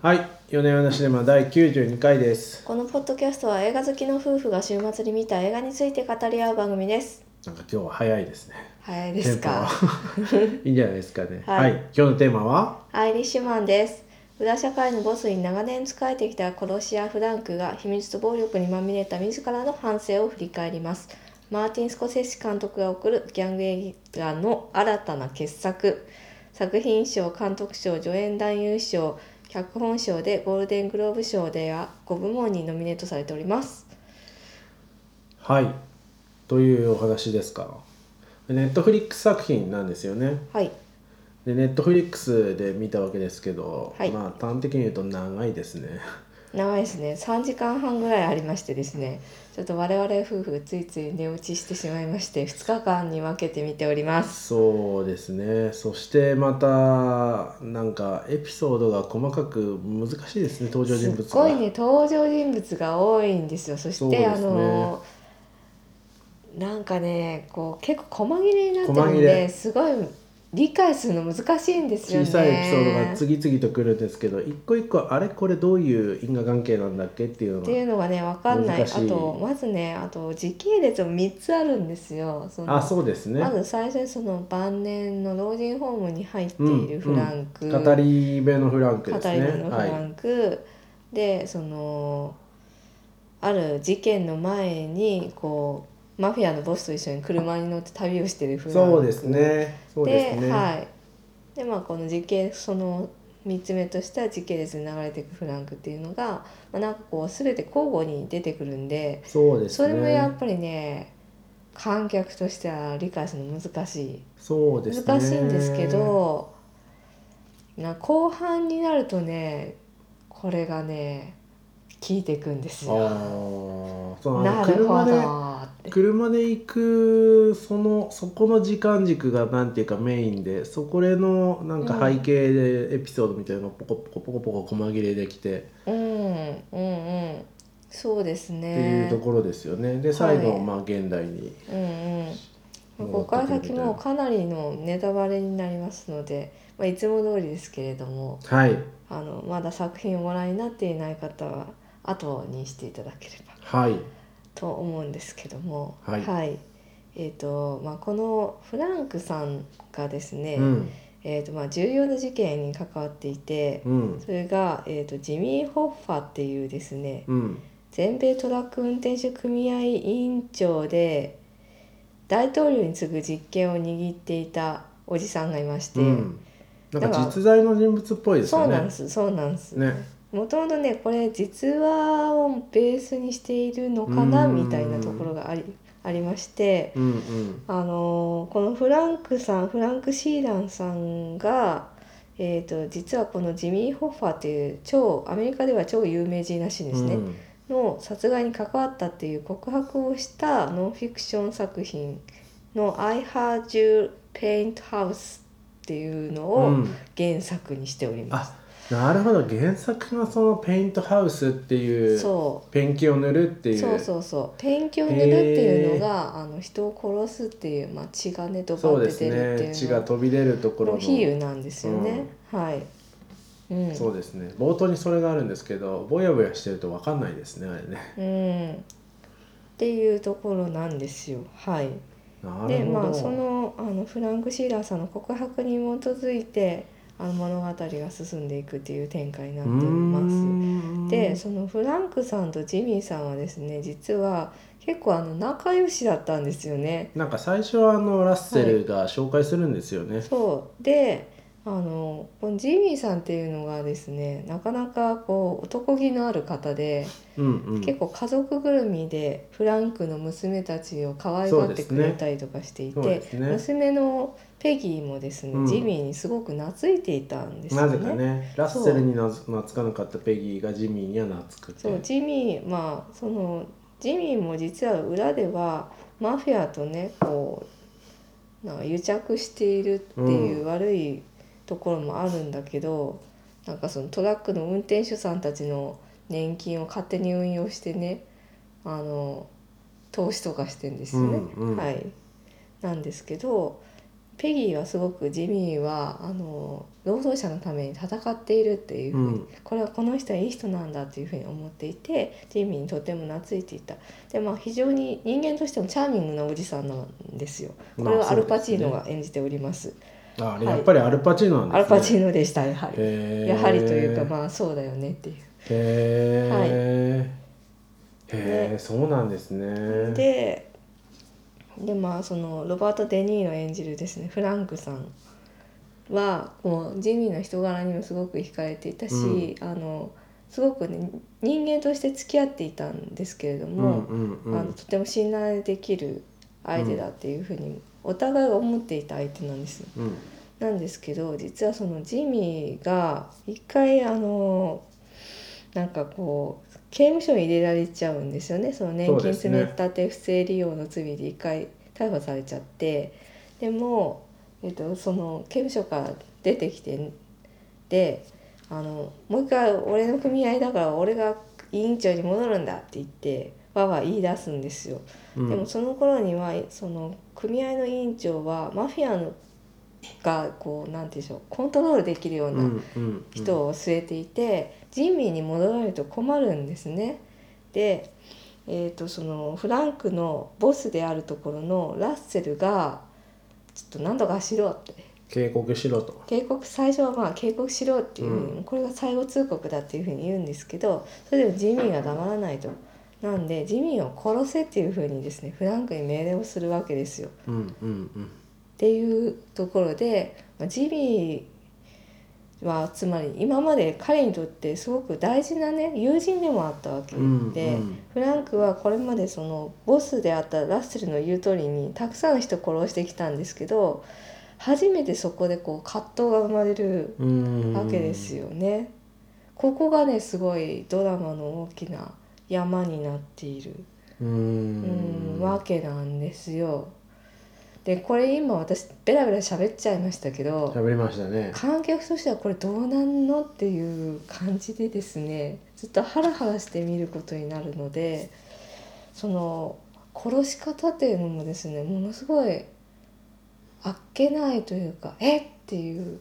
はい、米山シネマ第92回です。 このポッドキャストは映画好きの夫婦が週末に見た映画について語り合う番組です。 なんか今日は早いですね。 早いですか？ いいんじゃないですかね。 はい、 今日のテーマはアイリッシュマンです。裏社会のボスに長年仕えてきた殺し屋フランクが秘密と暴力にまみれた自らの反省を振り返ります。マーティン・スコセッシ監督が送るギャング映画の新たな傑作。作品賞、監督賞、助演男優賞、脚本賞でゴールデングローブ賞では5部門にノミネートされております。 はい、というお話ですか。ネットフリックス作品なんですよね。 はい。 で、ネットフリックスで見たわけですけど、 はい。 まあ端的に言うと長いですね。 長いですね。3時間半ぐらいありましてですね、ちょっと我々夫婦ついつい寝落ちしてしまいまして、2日間に分けて見ております。 そうですね。そしてまたなんかエピソードが細かく難しいですね、登場すっ人物が。 ごいね、登場人物が多いんですよ。そしてそうですね。 なんかね、こう結構細切れになってるんで、 細切れ。 すごい理解するの難しいんですよ小さいエピソードがね。 次々と来るんですけど、一個一個あれこれどういう因果関係なんだっけっていうのっていうのがね、分かがんない。 難しい。 まずね、時系列も3つあるんですよ。 そうですまね。 ず最初にその晩年の老人ホームに入っうているフラんうん。 ンク、 語り部のフランクです語り部ね。はい。 のフランクで、ある事件の前にマフィアのボスと一緒に車に乗って旅をしているフラそうですンクね。そうですで、 ね。 でこのその3つ目としては時系列に流れていくフランクっていうのが、なんかこう全て交互に出てくるんで、 そうですそれもやっね。 ぱりね、観客としては理解するの難しそうですいんですけね。 ど、後半になるとね、これがね効いていくんですよ。なるほどって。 車で行くそこの時間軸がなんていうかメインで、そこでのなんか背うん景でエピソードみたいなのがポコポコポコポコ細切れできてうんうんそうですっていうとね。 ころですよね。で最後はい。 まあ現代にこ戻ってこから先くるみたいな。 もかなりのネタバレになりますので、いつも通りですけれども、 はい。 まだ作品をご覧になっていない方は後にしていただければはい。 と思うんですけども、 はい。 はい。このフランクさんがですね、 うん。 重要な事件に関わっていて、 うん。 それが、ジミー・ホッファーっていうですね、 うん。 全米トラック運転手組合委員長で大統領に次ぐ実権を握っていたおじさんがいまして、 うん。なんかなんか実在の人物っぽいですよね。 そうなんです、そうなんです。 ね。 もともとね、これ実話をベースにしているのうーかなみたいなところん。 がありまして、 うんうん。 このフランク・シーランさんが、実はこのジミー・ホッファーっていうアメリカでは超有名人らしいんですね、 うん。 の殺害に関わったっていう告白をしたノンフィクション作品の「I Heard You Paint House」っていうのをうん。 原作にしております。 なるほど。原作がそのペイントハウスっていうそペンキを塗るってうそういう。 そうそう、ペンキを塗るっていうのへえ。 が人を殺すっていう、血がねドバそうでって出るってすね。血がいうの飛び出るところの比の。 喩なんですよね。 うん。 はい。うん。 そうですね。冒頭にそれがあるんですけど、ぼやぼやしてると分かんないですね、あれね。 うん。っていうところなんですよ。はい。 なるで、 ほど。 フランク・シーラーさんの告白に基づいて物語が進んでいくっていう展開になうーっております。で、 ん。 そのフランクさんとジミーさんはですね、実は結構仲良しだったんですよね。 なんか最初はラッセはい。 ルが紹介するんですよね。 そうで、このジミーさんっていうのがですね、なかなか男気のある方で、 うんうん。 結構家族ぐるみでフランクの娘たちを可愛そうがってくれですね。 たりとかしていそうでて、 すね。 娘のペギーもですね、ジうん。 ミーにすごく懐いていたんですなぜよね。 かね、ラッセルそうに懐かなかったペギーがジミーには懐くって。 ジミー、ジミーも実は裏ではマフィアとねなんか癒着しているっていううん。 悪いところもあるんだけど、なんかそのトラックの運転手さんたちの年金を勝手に運用してね、あの投資とかしてんでうすよね。 んうん。 はい。なんですけど、 ペギーはすごくジミーは労働者のために戦っているっていうふうに、これはこの人はいい人なんだっていうふうに思っていて、ジミーにとても懐いていた。で非常に人間としてもチャーミングなおじさんなんですよ。これはアルパチーノが演じております。 あれやっぱりアルパチーノなんですね。 アルパチーノでした。やはりというかそうだよねっていう。 へえ、そうなんですね。 でそのロバート・デ・ニーノ演じるですねフランクさんはもう地味な人柄にもすごく惹かれていたし、すごくね人間として付き合っていたんですけれども、とても信頼できる相手だっていうふうにお互いが思っていた相手なんです。なんですけど実はそのジミーが一回なんかこう刑務所に入れられちゃうんですよね。その年金積み立て不正利用の罪で一回逮捕されちゃって、でも、その刑務所から出てきてでもう一回俺の組合だから俺が委員長に戻るんだって言ってわわ言い出すんですよ。でもその頃にはその組合の委員長はマフィアのがこうなんていうんでしょうコントロールできるような人を据えていて、ジミーに戻られると困るんですね。で、そのフランクのボスであるところのラッセルがちょっと何とかしろって警告しろと。 最初は警告しろっていうふうに、これが最後通告だっていうふうに言うんですけど、それでもジミーが黙らないと。なんでジミーを殺せっていうふうにですねフランクに命令をするわけですよ。っていうところでジミーはつまり今まで彼にとってすごく大事なね友人でもあったわけで、フランクはこれまでそのボスであったラッセルの言う通りにたくさんの人を殺してきたんですけど、初めてそこでこう葛藤が生まれるわけですよね。ここがねすごいドラマの大きな山になっているわけなんですよ。でこれ今私ベラベラ喋っちゃいましたけど、 喋りましたね。 観客としてはこれどうなんのっていう感じでですねずっとハラハラして見ることになるので、その殺し方っていうのもですねものすごいあっけないというかっていう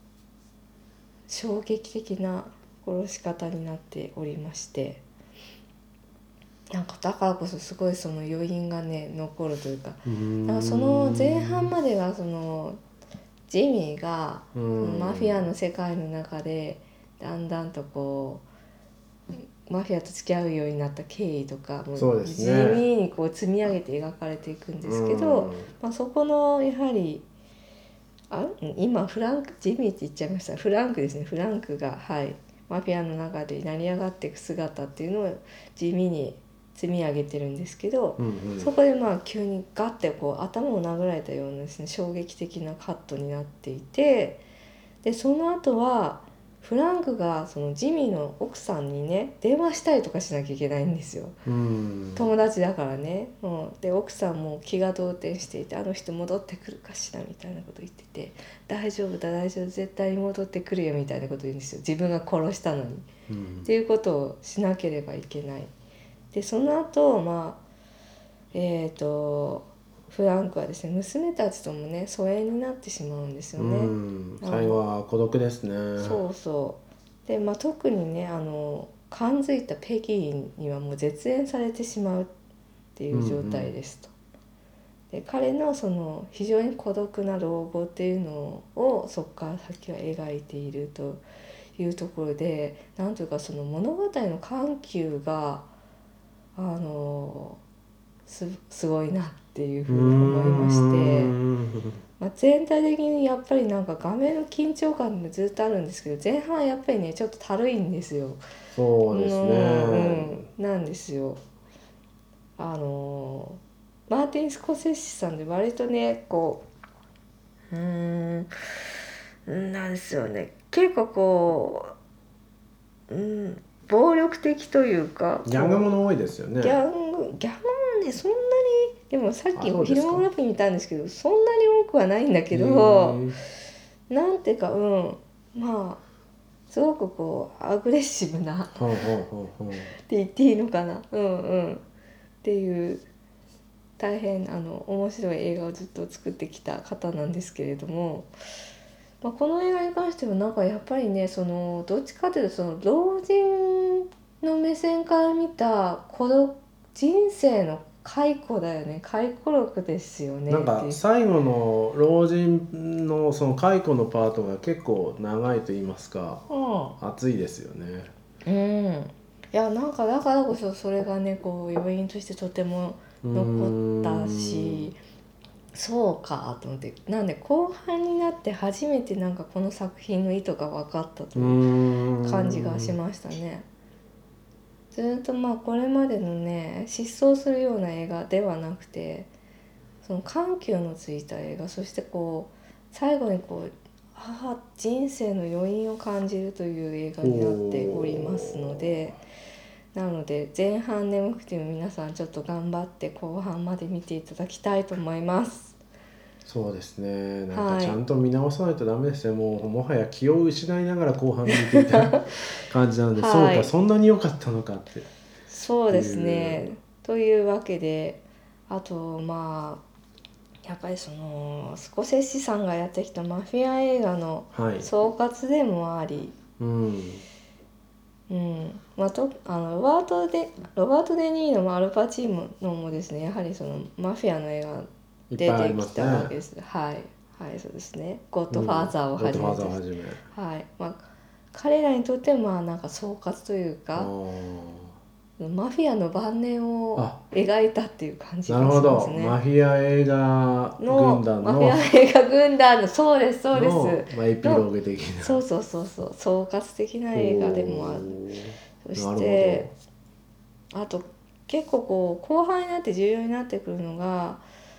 衝撃的な殺し方になっておりまして、なんかだからこそすごいその余韻がね残るというか、なんかその前半まではそのジミーがマフィアの世界の中でだんだんとこうマフィアと付き合うようになった経緯とかも地味にこう積み上げて描かれていくんですけど、そこのやはり今ジミーって言っちゃいました。フランクですね。フランクがマフィアの中で成り上がっていく姿っていうのを地味に積み上げてるんですけど、そこで急にガッてこう頭を殴られたようなですね衝撃的なカットになっていて、でその後はフランクがそのジミーの奥さんにね電話したりとかしなきゃいけないんですよ。友達だからね。で奥さんも気が動転していて、あの人戻ってくるかしらみたいなこと言ってて、大丈夫だ大丈夫絶対に戻ってくるよみたいなこと言うんですよ。自分が殺したのに、っていうことをしなければいけない。でその後フランクはですね娘たちともね疎遠になってしまうんですよね。 最後は孤独ですね。 そうそうで、特にね感づいたペギーにはもう絶縁されてしまうっていう状態ですと。で彼のその非常に孤独な老後っていうのをそこから先は描いているというところで、なんというかその物語の緩急がすごいなっていうふうに思いまして、全体的にやっぱりなんか画面の緊張感もずっとあるんですけど、前半はやっぱりねちょっとたるいんですよ。 そうですね、 なんですよ。マーティン・スコセッシさんで割とねこうなんですよね、結構こう暴力的というかギャングもの多いですよね。 ギャングもねそんなに、でもさっきフィルモグラフィー見たんですけどそんなに多くはないんだけど、なんていうかすごくこうアグレッシブなって言っていいのかなっていう大変面白い映画をずっと作ってきた方なんですけれども、この映画に関してはなんかやっぱりねどっちかというと老人の目線から見た人生の回顧だよね、回顧録ですよねなんか最後の老人のその解雇のパートが結構長いと言いますか、熱いですよね。 いやなんかだからこそそれがね余韻としてとても残ったし、そうかと思って、なんで後半になって初めてなんかこの作品の意図が分かったという感じがしましたね。ずっとこれまでのね失踪するような映画ではなくて、その緩急のついた映画、そして最後に人生の余韻を感じるという映画になっておりますので、なので前半眠くても皆さんちょっと頑張って後半まで見ていただきたいと思います。 そうですね、なんかちゃんと見直さないとダメですね。もはや気を失いながら後半見ていた感じなので、そうかそんなに良かったのかって。 そうですね。というわけで、あとやっぱりスコセッシさんがやってきたマフィア映画の総括でもあり、ロバート・デ・ニーノもアルパチーノもですね、やはりマフィアの映画出てきたわけです。はいそうですね。ゴッドファーザーをはじめです。彼らにとってもなんか総括というか、マフィアの晩年を描いたっていう感じがしますね。なるほど、 マフィア映画軍団のマフィア映画軍団のそうですエピローグ的なそう総括的な映画でもある。そしてあと結構後半になって重要になってくるのが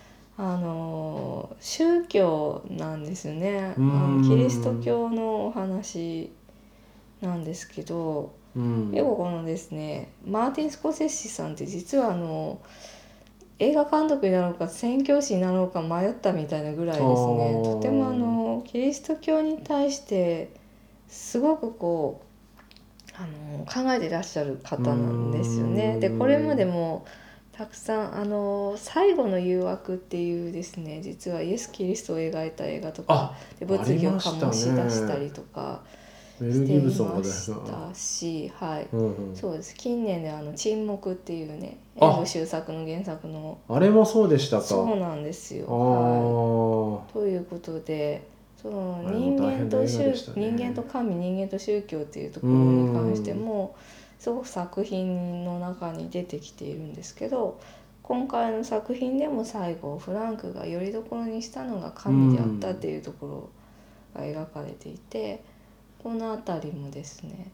宗教なんですよね。キリスト教のお話なんですけど、結構このですねマーティン・スコセッシさんって実は映画監督になろうか宣教師になろうか迷ったみたいなぐらいですね、とてもキリスト教に対してすごく考えてらっしゃる方なんですよね。でこれまでもたくさん最後の誘惑っていうですね、実はイエス・キリストを描いた映画とかで物議を醸し出したりとかしていましたし、そうです。近年で沈黙っていうね、遠藤周作の原作のあれもそうでしたか。 そうなんですよ。ということで人間と神、人間と宗教っていうところに関してもすごく作品の中に出てきているんですけど、今回の作品でも最後フランクがよりどころにしたのが神であったっていうところが描かれていて、この辺りもですね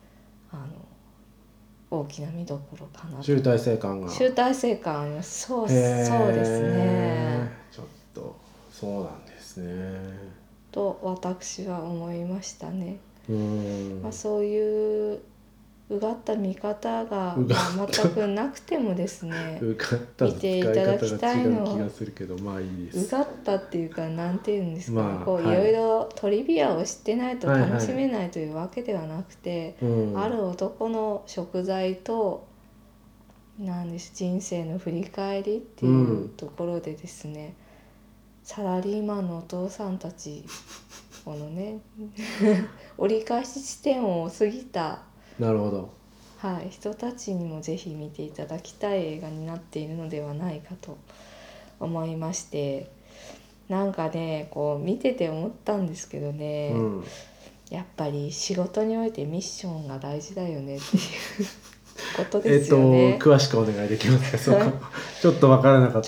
大きな見どころかなと。集大成感あります。そうですね。 ちょっとそうなんですねと私は思いましたね。そういううがった見方が全くなくてもですね見ていただきたいのは、うがったっていうかなんていうんですかね、いろいろトリビアを知ってないと楽しめないというわけではなくて、ある男の贖罪と人生の振り返りっていうところでですね、サラリーマンのお父さんたちこのね折り返し地点を過ぎた人たちにもぜひ見ていただきたい映画になっているのではないかと思いまして、なんかね見てて思ったんですけどね、やっぱり仕事においてミッションが大事だよねっていうことですよね。 詳しくお願いできますかそこちょっと分からなかった 、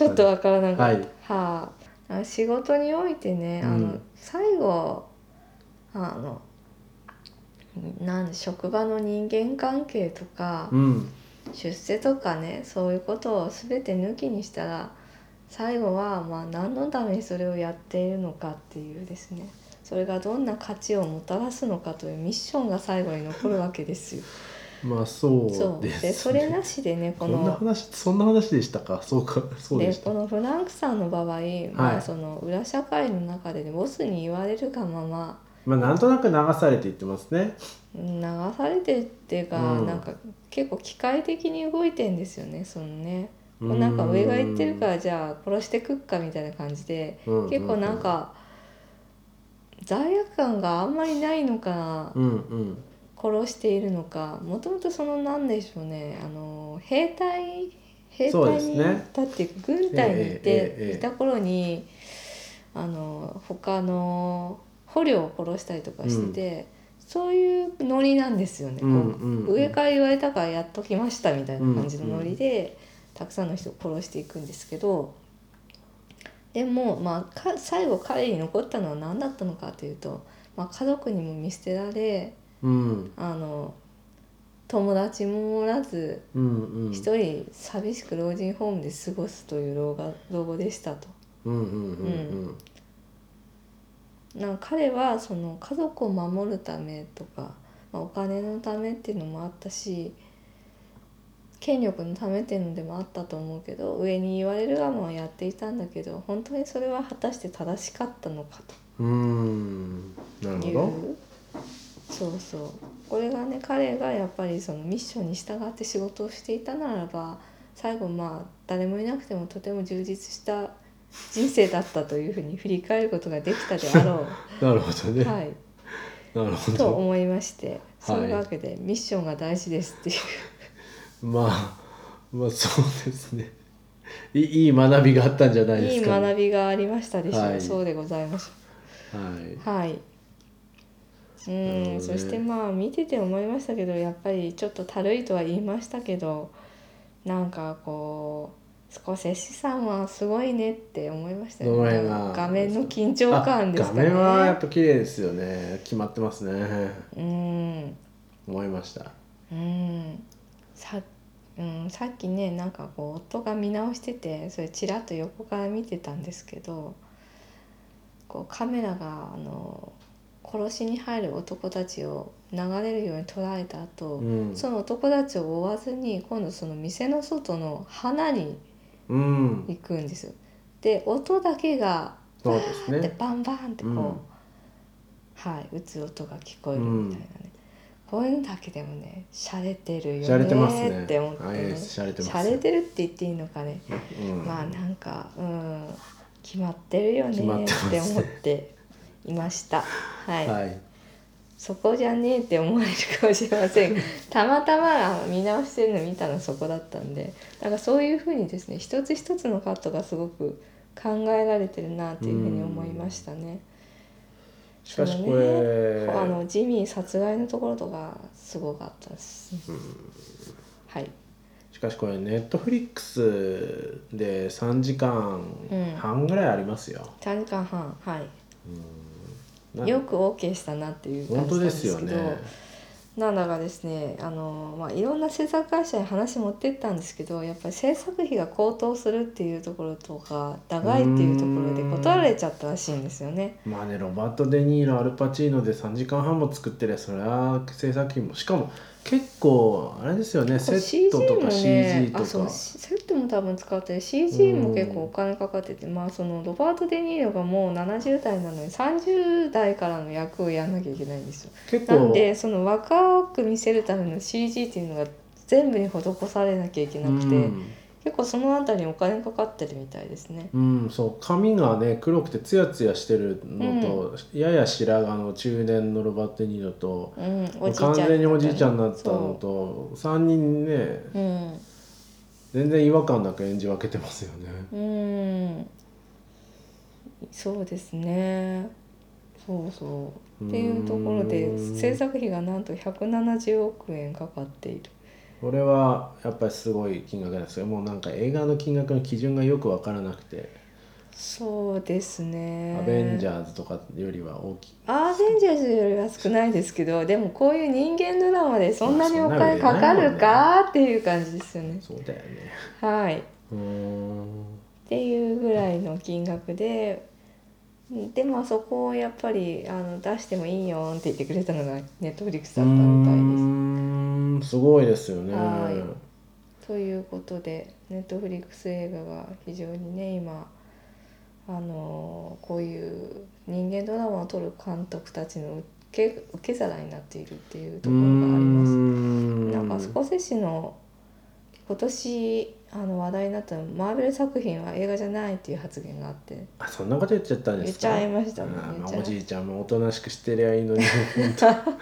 仕事においてね、最後職場の人間関係とか、出世とかね、そういうことを全て抜きにしたら最後は何のためにそれをやっているのかっていうですね、それがどんな価値をもたらすのかというミッションが最後に残るわけですよ。 そうですね。 それなしでねそんな話でしたか。そうでした。 このフランクさんの場合、裏社会の中で、ボスに言われるがままなんとなく流されていってますね。 流されてっていうか、なんか結構機械的に動いてんですよね。 なんか上が言ってるからじゃあ殺してくっかみたいな感じで、結構なんか罪悪感があんまりないのかな、殺しているのか、もともとそのなんでしょうね、兵隊に行ったっていうか軍隊に行っていた頃に他の捕虜を殺したりとかしてて、そういうノリなんですよね。上から言われたからやっときましたみたいな感じのノリで、たくさんの人を殺していくんですけど、でも最後彼に残ったのは何だったのかというと、家族にも見捨てられ、友達もおらず、一人寂しく老人ホームで過ごすという老後でしたと。なんか彼はその家族を守るためとか、お金のためっていうのもあったし、権力のためっていうのでもあったと思うけど、上に言われるがままやっていたんだけど、本当にそれは果たして正しかったのかという、 なるほど。 そうそう、これがね、彼がやっぱりそのミッションに従って仕事をしていたならば、最後誰もいなくてもとても充実した人生だったというふうに振り返ることができたであろうなるほどね、 はい、 なるほどと思いまして、そういうわけでミッションが大事ですっていうそうですね、いい学びがあったんじゃないですか、 いい学びがありましたでしょう、そうでございましょう。はい、そして見てて思いましたけど、やっぱりちょっとたるいとは言いましたけど、なんかこうスコセッシさんはすごいねって思いましたよね。画面の緊張感ですかね。 画面はやっぱ綺麗ですよね、決まってますね。思いました。 さっきね、なんかこう夫が見直してて、それちらっと横から見てたんですけど、こうカメラが殺しに入る男たちを流れるように捉えた後、その男たちを追わずに今度その店の外の花に行くんですよ。で音だけがバーってバンバンってこう、打つ音が聞こえるみたいなね、こういうのだけでもね、洒落てるよねって思ってね、洒落てるって言っていいのかね、なんか決まってるよねって思っていました。そこじゃねえって思われるかもしれませんが、たまたま見直してるの見たのそこだったんで、だからそういうふうにですね、一つ一つのカットがすごく考えられてるなというふうに思いましたね。 しかしこれ、 ジミー殺害のところとかすごかったです。 しかしこれネットフリックスで3時間半ぐらいありますよ。 3時間半、よく OK したなっていう感じなんですけど、なんだかですね、いろんな制作会社に話持ってったんですけど、やっぱり制作費が高騰するっていうところとか長いっていうところで断られちゃったらしいんですよね。 ロバート・デ・ニーロ、アルパチーノで3時間半も作ってりゃ、それは制作費も、しかも結構あれですよね、セットとか CG とか、 セットも多分使ってる、 CG も結構お金かかってて、そのロバート・デ・ニーロがもう70代なのに30代からの役をやんなきゃいけないんですよ。なんでその若く見せるための CG っていうのが全部に施されなきゃいけなくて、結構そのあたりにお金かかってるみたいですね。 そう、髪がね黒くてツヤツヤしてるのと、やや白髪の中年のロバート・デ・ニーロと、完全におじいちゃんになったのと、3人ね、全然違和感なく演じ分けてますよね。 そうですね。そうっていうところで制作費がなんと170億円かかっている。 これはやっぱりすごい金額なんですよ。もうなんか映画の金額の基準がよく分からなくて、 そうですね、 アベンジャーズとかよりは大きい。 アベンジャーズよりは少ないですけど、でもこういう人間ドラマでそんなにお金かかるかっていう感じですよね。 そうだよね。 っていうぐらいの金額で、そこをやっぱり出してもいいよって言ってくれたのがネットフリックスだったみたいです。 すごいですよね。 ということでネットフリックス映画が非常にね、今こういう人間ドラマを撮る監督たちの受け皿になっているっていうところがあります。なんかスコセッシの今年話題になったのマーベル作品は映画じゃないっていう発言があって、 あ、そんなこと言っちゃったんですか。 言っちゃいましたね。 おじいちゃんもおとなしくしてりゃいいのに本当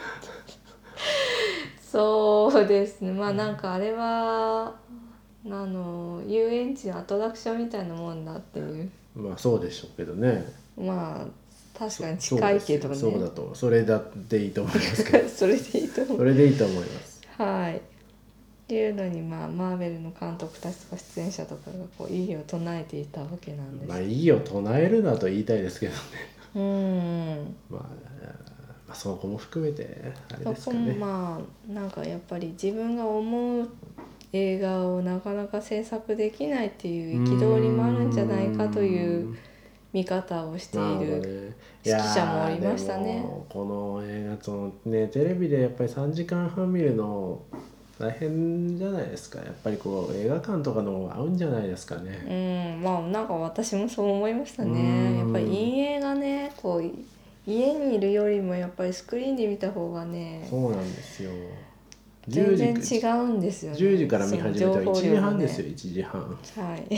そうですね、まあなんかあれは遊園地のアトラクションみたいなもんだっていう、 まあそうでしょうけどね。 まあ確かに近いけどね。 そうだと、それだっていいと思いますけどそれでいいと思う。 それでいいと思います。 はい。っていうのに、まあマーベルの監督たちとか出演者とかがこう異議を唱えていたわけなんです。 まあ異議を唱えるなと言いたいですけどね。 まあそこも含めてあれですかね。 そこもまあなんかやっぱり自分が思う映画をなかなか制作できないっていう憤りもあるんじゃないかという見方をしている指揮者もおりましたね。 この映画とね、テレビでやっぱり3時間半見るの大変じゃないですか。やっぱりこう映画館とかの方が合うんじゃないですかね。 まあなんか私もそう思いましたね。やっぱり陰影がね、こう家にいるよりもやっぱりスクリーンで見た方がね、 そうなんですよ。 全然違うんですよね。 10時から見始めたら1時半ですよ。1時半。 はい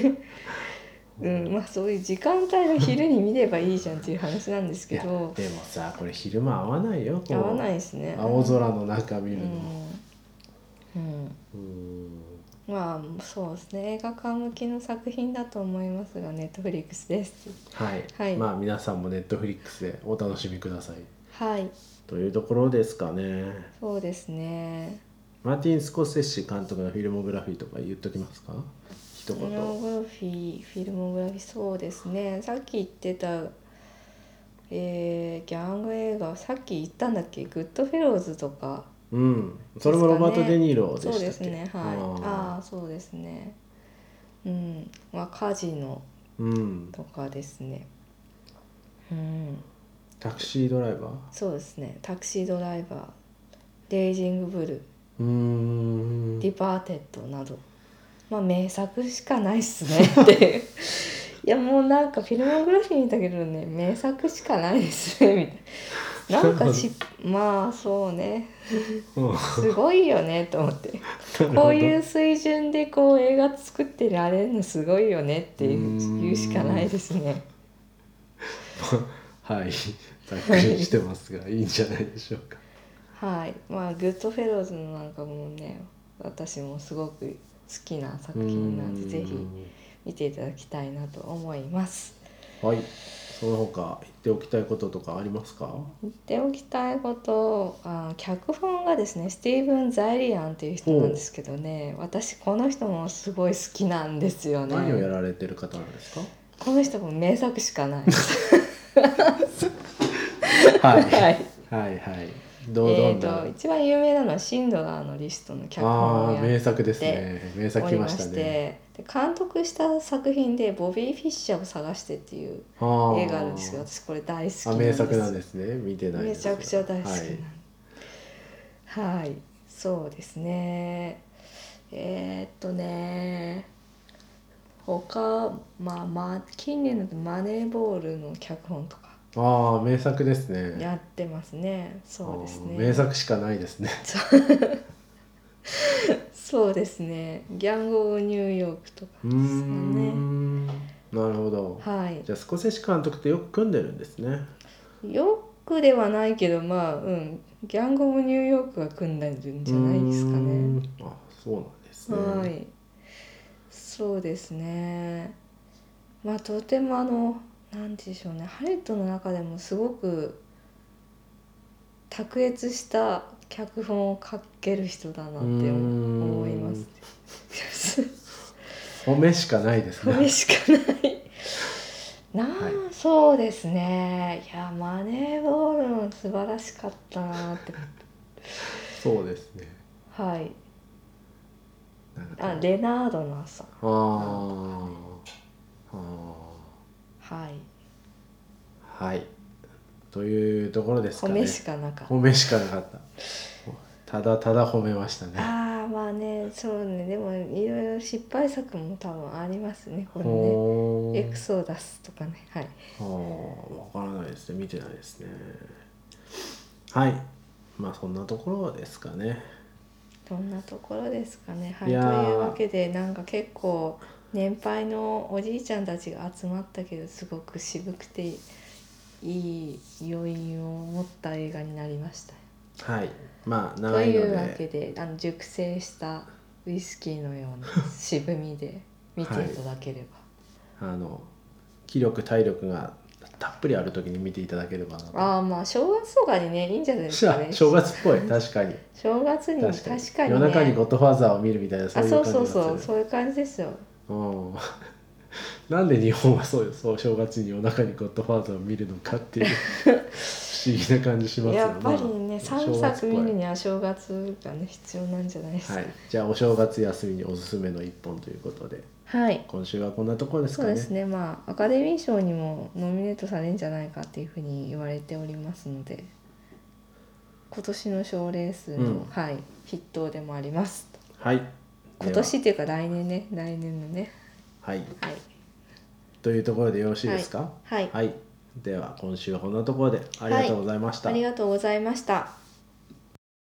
まあそういう時間帯は昼に見ればいいじゃんっていう話なんですけどでもさ、これ昼間合わないよ。 合わないですね。 青空の中見るの。 まあそうですね、映画館向きの作品だと思いますが、ネットフリックスです。 はい、まあ皆さんもネットフリックスでお楽しみください。 はいというところですかね。 そうですね。 マーティン・スコセッシ監督のフィルモグラフィーとか言っときますか、一言。 フィルモグラフィー、そうですね、さっき言ってたギャング映画、さっき言ったんだっけ、グッドフェローズとか、 それもロバート・デ・ニーロでしたっけ。 そうですね、はい。そうですね。まあカジノとかですね。 タクシードライバー。 そうですね、タクシードライバー、レイジングブル、ディパーテッドなど、まあ名作しかないっすねっていういやもうなんかフィルモグラフィー見たけどね、名作しかないですねみたいな。なんかまあそうねすごいよねと思ってこういう水準でこう映画作ってられるのすごいよねっていうしかないですねはいざっくりしてますがいいんじゃないでしょうか。 はい、まあグッドフェローズのなんかもうね、私もすごく好きな作品なんでぜひ見ていただきたいなと思います。 はい、その他言っておきたいこととかありますか。 言っておきたいこと、脚本がですねスティーブン・ザイリアンっていう人なんですけどね、私この人もすごい好きなんですよね。 何をやられてる方なんですか。 この人も名作しかないはいはいどんな。 一番有名なのはシンドラーのリストの脚本をやって名作ですね。名作来ましたね。 で監督した作品でボビー・フィッシャーを探してっていう映画あるんですけど、私これ大好きなんです。 名作なんですね。見てないです。 めちゃくちゃ大好きなんで、はい、そうですね。他近年だとマネーボールの脚本とか名作ですね。 やってますね。そうですね。 名作しかないですね。 そうですね。ギャング・オブ・ニューヨークとかですかね。 なるほど。 はい。 じゃあスコセッシ監督ってよく組んでるんですね。 よくではないけどギャング・オブ・ニューヨークが組んでるんじゃないですかね。 そうなんですね。 はい。そうですね。とてもなんでしょうね、ハリウッドの中でもすごく卓越した脚本を書ける人だなって思います。 褒めしかないですね。 褒めしかないそうですね。いやマネーボールも素晴らしかったなってそうですね。 はい。レナードの朝。 はいというところですかね。 褒めしかなかった。 褒めしかなかった。ただただ褒めましたね。 そうね。でもいろいろ失敗作も多分ありますね。これね。エクソダスとかね。はい。 わからないですね。見てないですね。はい。そんなところですかね。 そんなところですかね。はい、 いやというわけでなんか結構年配のおじいちゃんたちが集まったけどすごく渋くていい余韻を持った映画になりました。 はい、まあと長いので、 いうわけで熟成したウイスキーのような渋みで見ていただければ、 気力体力がたっぷりある時に見ていただければなと。 ああ、まあ正月とかにねいいんじゃないですかね。 正月っぽい、確かに。 正月に確かにね、 夜中にゴッドファーザーを見るみたいな、そういう感じがする。 そういう感じですよ。 うんなんで日本はそう正月に夜中にゴッドファーザーを見るのかっていう不思議な感じしますよね。 やっぱりね、3作見るにはは正月がね必要なんじゃないですか。 い、じゃあお正月休みにおすすめの一本ということで、 はい、 今週はこんなところですかね。 そうですね。まあアカデミー賞にもノミネートされるんじゃないかっていうふうに言われておりますので、今年の賞レースの、はい、筆頭でもあります。 はい。 今年っていうか来年のね。 はい。 はい。 というところでよろしいですか。 はい。 はい。では今週はこんなところでありがとうございました。 ありがとうございました。